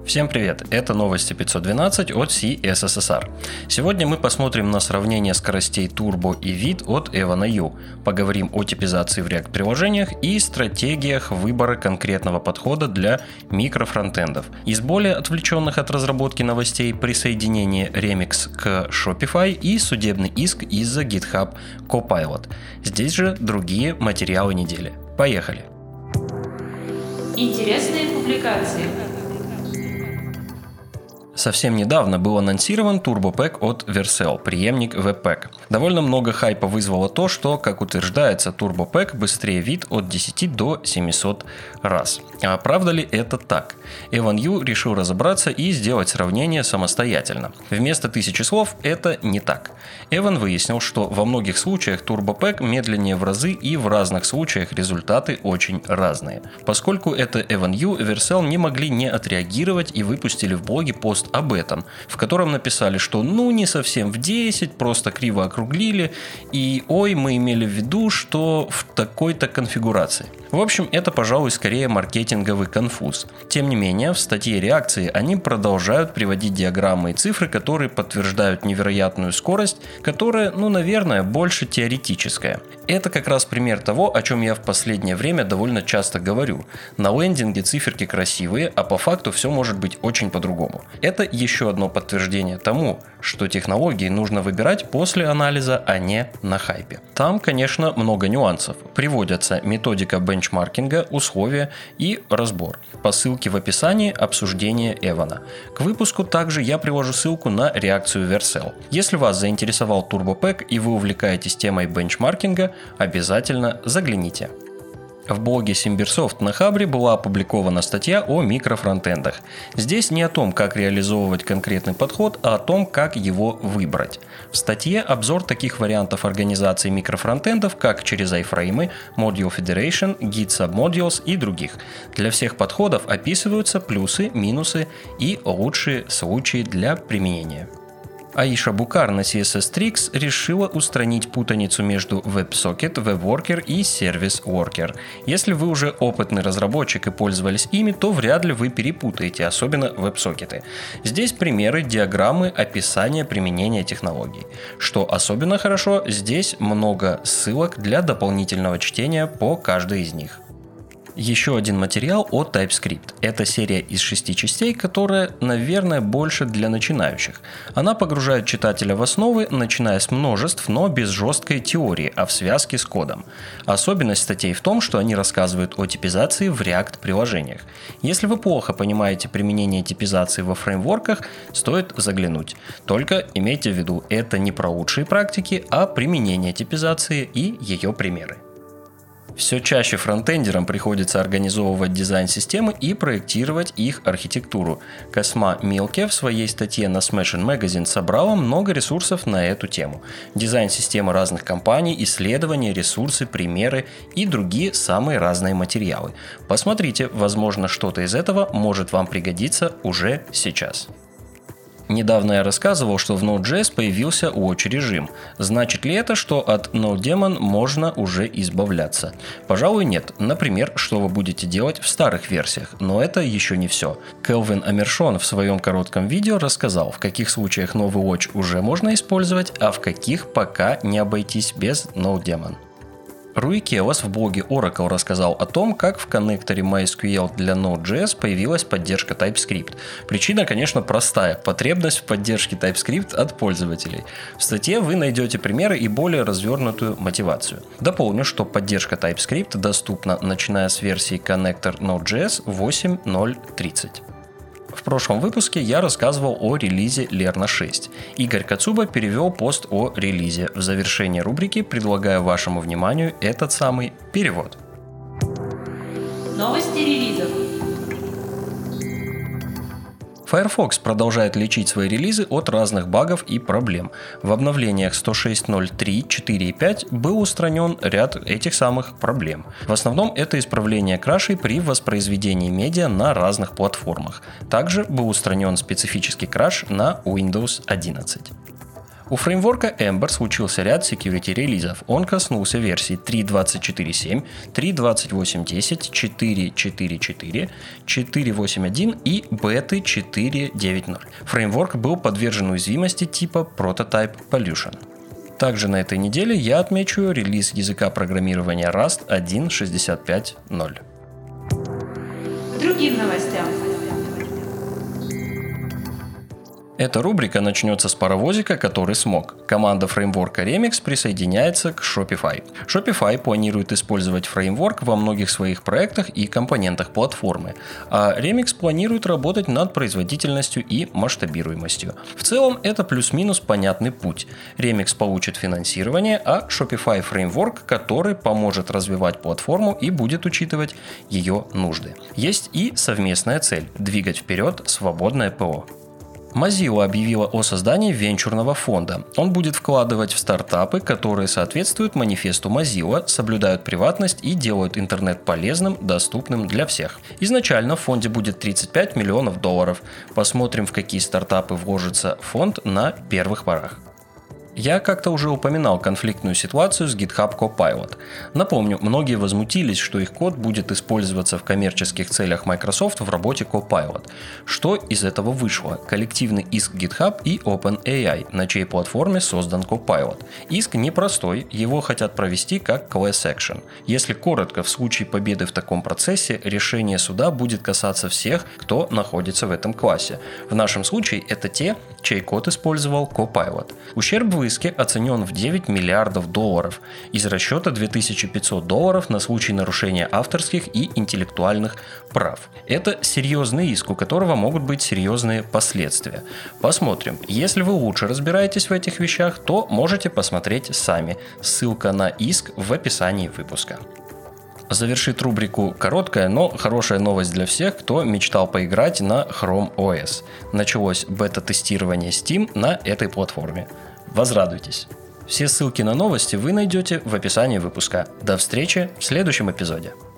Всем привет, это новости 512 от CSSR. Сегодня мы посмотрим на сравнение скоростей Turbo и Vite от Evan U, поговорим о типизации в React-приложениях и стратегиях выбора конкретного подхода для микрофронтендов. Из более отвлеченных от разработки новостей присоединение Remix к Shopify и судебный иск из-за GitHub Copilot. Здесь же другие материалы недели. Поехали! Интересные публикации. Совсем недавно был анонсирован TurboPack от Vercel, преемник Webpack. Довольно много хайпа вызвало то, что, как утверждается, TurboPack быстрее Vite от 10 до 700 раз. А правда ли это так? Evan U решил разобраться и сделать сравнение самостоятельно. Вместо 1000 слов это не так. Evan выяснил, что во многих случаях TurboPack медленнее в разы и в разных случаях результаты очень разные. Поскольку это Evan U, Vercel не могли не отреагировать и выпустили в блоге пост об этом, в котором написали, что не совсем в 10, просто криво округлили, и мы имели в виду, что в такой-то конфигурации. В общем, это, пожалуй, скорее маркетинговый конфуз. Тем не менее, в статье реакции они продолжают приводить диаграммы и цифры, которые подтверждают невероятную скорость, которая, наверное, больше теоретическая. Это как раз пример того, о чем я в последнее время довольно часто говорю. На лендинге циферки красивые, а по факту все может быть очень по-другому. Это еще одно подтверждение тому, что технологии нужно выбирать после анализа, а не на хайпе. Там, конечно, много нюансов. Приводятся методика бенчмаркинга, условия и разбор. По ссылке в описании обсуждение Эвана. К выпуску также я приложу ссылку на реакцию Vercel. Если вас заинтересовал TurboPack и вы увлекаетесь темой бенчмаркинга, обязательно загляните. В блоге Симбирсофт на Хабре была опубликована статья о микрофронтендах. Здесь не о том, как реализовывать конкретный подход, а о том, как его выбрать. В статье обзор таких вариантов организации микрофронтендов, как через iFrame, Module Federation, Git Submodules и других. Для всех подходов описываются плюсы, минусы и лучшие случаи для применения. Аиша Букар на CSS Tricks решила устранить путаницу между WebSocket, WebWorker и Service Worker. Если вы уже опытный разработчик и пользовались ими, то вряд ли вы перепутаете, особенно WebSocket. Здесь примеры, диаграммы, описание применения технологий. Что особенно хорошо, здесь много ссылок для дополнительного чтения по каждой из них. Еще один материал о TypeScript. Это серия из 6 частей, которая, наверное, больше для начинающих. Она погружает читателя в основы, начиная с множеств, но без жесткой теории, а в связке с кодом. Особенность статей в том, что они рассказывают о типизации в React-приложениях. Если вы плохо понимаете применение типизации во фреймворках, стоит заглянуть. Только имейте в виду, это не про лучшие практики, а применение типизации и ее примеры. Все чаще фронтендерам приходится организовывать дизайн-системы и проектировать их архитектуру. Косма Милке в своей статье на Smashing Magazine собрала много ресурсов на эту тему. Дизайн-системы разных компаний, исследования, ресурсы, примеры и другие самые разные материалы. Посмотрите, возможно, что-то из этого может вам пригодиться уже сейчас. Недавно я рассказывал, что в Node.js появился watch-режим. Значит ли это, что от NodeDemon можно уже избавляться? Пожалуй, нет. Например, что вы будете делать в старых версиях. Но это еще не все. Келвин Амершон в своем коротком видео рассказал, в каких случаях новый watch уже можно использовать, а в каких пока не обойтись без NodeDemon. Руи Келос в блоге Oracle рассказал о том, как в коннекторе MySQL для Node.js появилась поддержка TypeScript. Причина, конечно, простая – потребность в поддержке TypeScript от пользователей. В статье вы найдете примеры и более развернутую мотивацию. Дополню, что поддержка TypeScript доступна, начиная с версии коннектор Node.js 8.0.30. В прошлом выпуске я рассказывал о релизе Lerna 6. Игорь Кацуба перевел пост о релизе. В завершении рубрики предлагаю вашему вниманию этот самый перевод. Новости релизов. Firefox продолжает лечить свои релизы от разных багов и проблем. В обновлениях 106.0.3, 4 и 5 был устранен ряд этих самых проблем. В основном это исправление крашей при воспроизведении медиа на разных платформах. Также был устранен специфический краш на Windows 11. У фреймворка Ember случился ряд security релизов. Он коснулся версий 3.24.7, 3.28.10, 4.4.4, 4.8.1 и беты 4.9.0. Фреймворк был подвержен уязвимости типа Prototype Pollution. Также на этой неделе я отмечу релиз языка программирования Rust 1.65.0. К другим новостям. Эта рубрика начнется с паровозика, который смог. Команда фреймворка Remix присоединяется к Shopify. Shopify планирует использовать фреймворк во многих своих проектах и компонентах платформы, а Remix планирует работать над производительностью и масштабируемостью. В целом это плюс-минус понятный путь. Remix получит финансирование, а Shopify фреймворк, который поможет развивать платформу и будет учитывать ее нужды. Есть и совместная цель – двигать вперед свободное ПО. Mozilla объявила о создании венчурного фонда. Он будет вкладывать в стартапы, которые соответствуют манифесту Mozilla, соблюдают приватность и делают интернет полезным, доступным для всех. Изначально в фонде будет $35 миллионов. Посмотрим, в какие стартапы вложится фонд на первых порах. Я как-то уже упоминал конфликтную ситуацию с GitHub Copilot. Напомню, многие возмутились, что их код будет использоваться в коммерческих целях Microsoft в работе Copilot. Что из этого вышло? Коллективный иск GitHub и OpenAI, на чьей платформе создан Copilot. Иск непростой, его хотят провести как class action. Если коротко, в случае победы в таком процессе, решение суда будет касаться всех, кто находится в этом классе. В нашем случае это те, чей код использовал Copilot. Ущерб в иске оценен в $9 миллиардов из расчета $2500 на случай нарушения авторских и интеллектуальных прав. Это серьезный иск, у которого могут быть серьезные последствия. Посмотрим. Если вы лучше разбираетесь в этих вещах, то можете посмотреть сами. Ссылка на иск в описании выпуска. Завершит рубрику короткая, но хорошая новость для всех, кто мечтал поиграть на Chrome OS. Началось бета-тестирование Steam на этой платформе. Возрадуйтесь. Все ссылки на новости вы найдете в описании выпуска. До встречи в следующем эпизоде.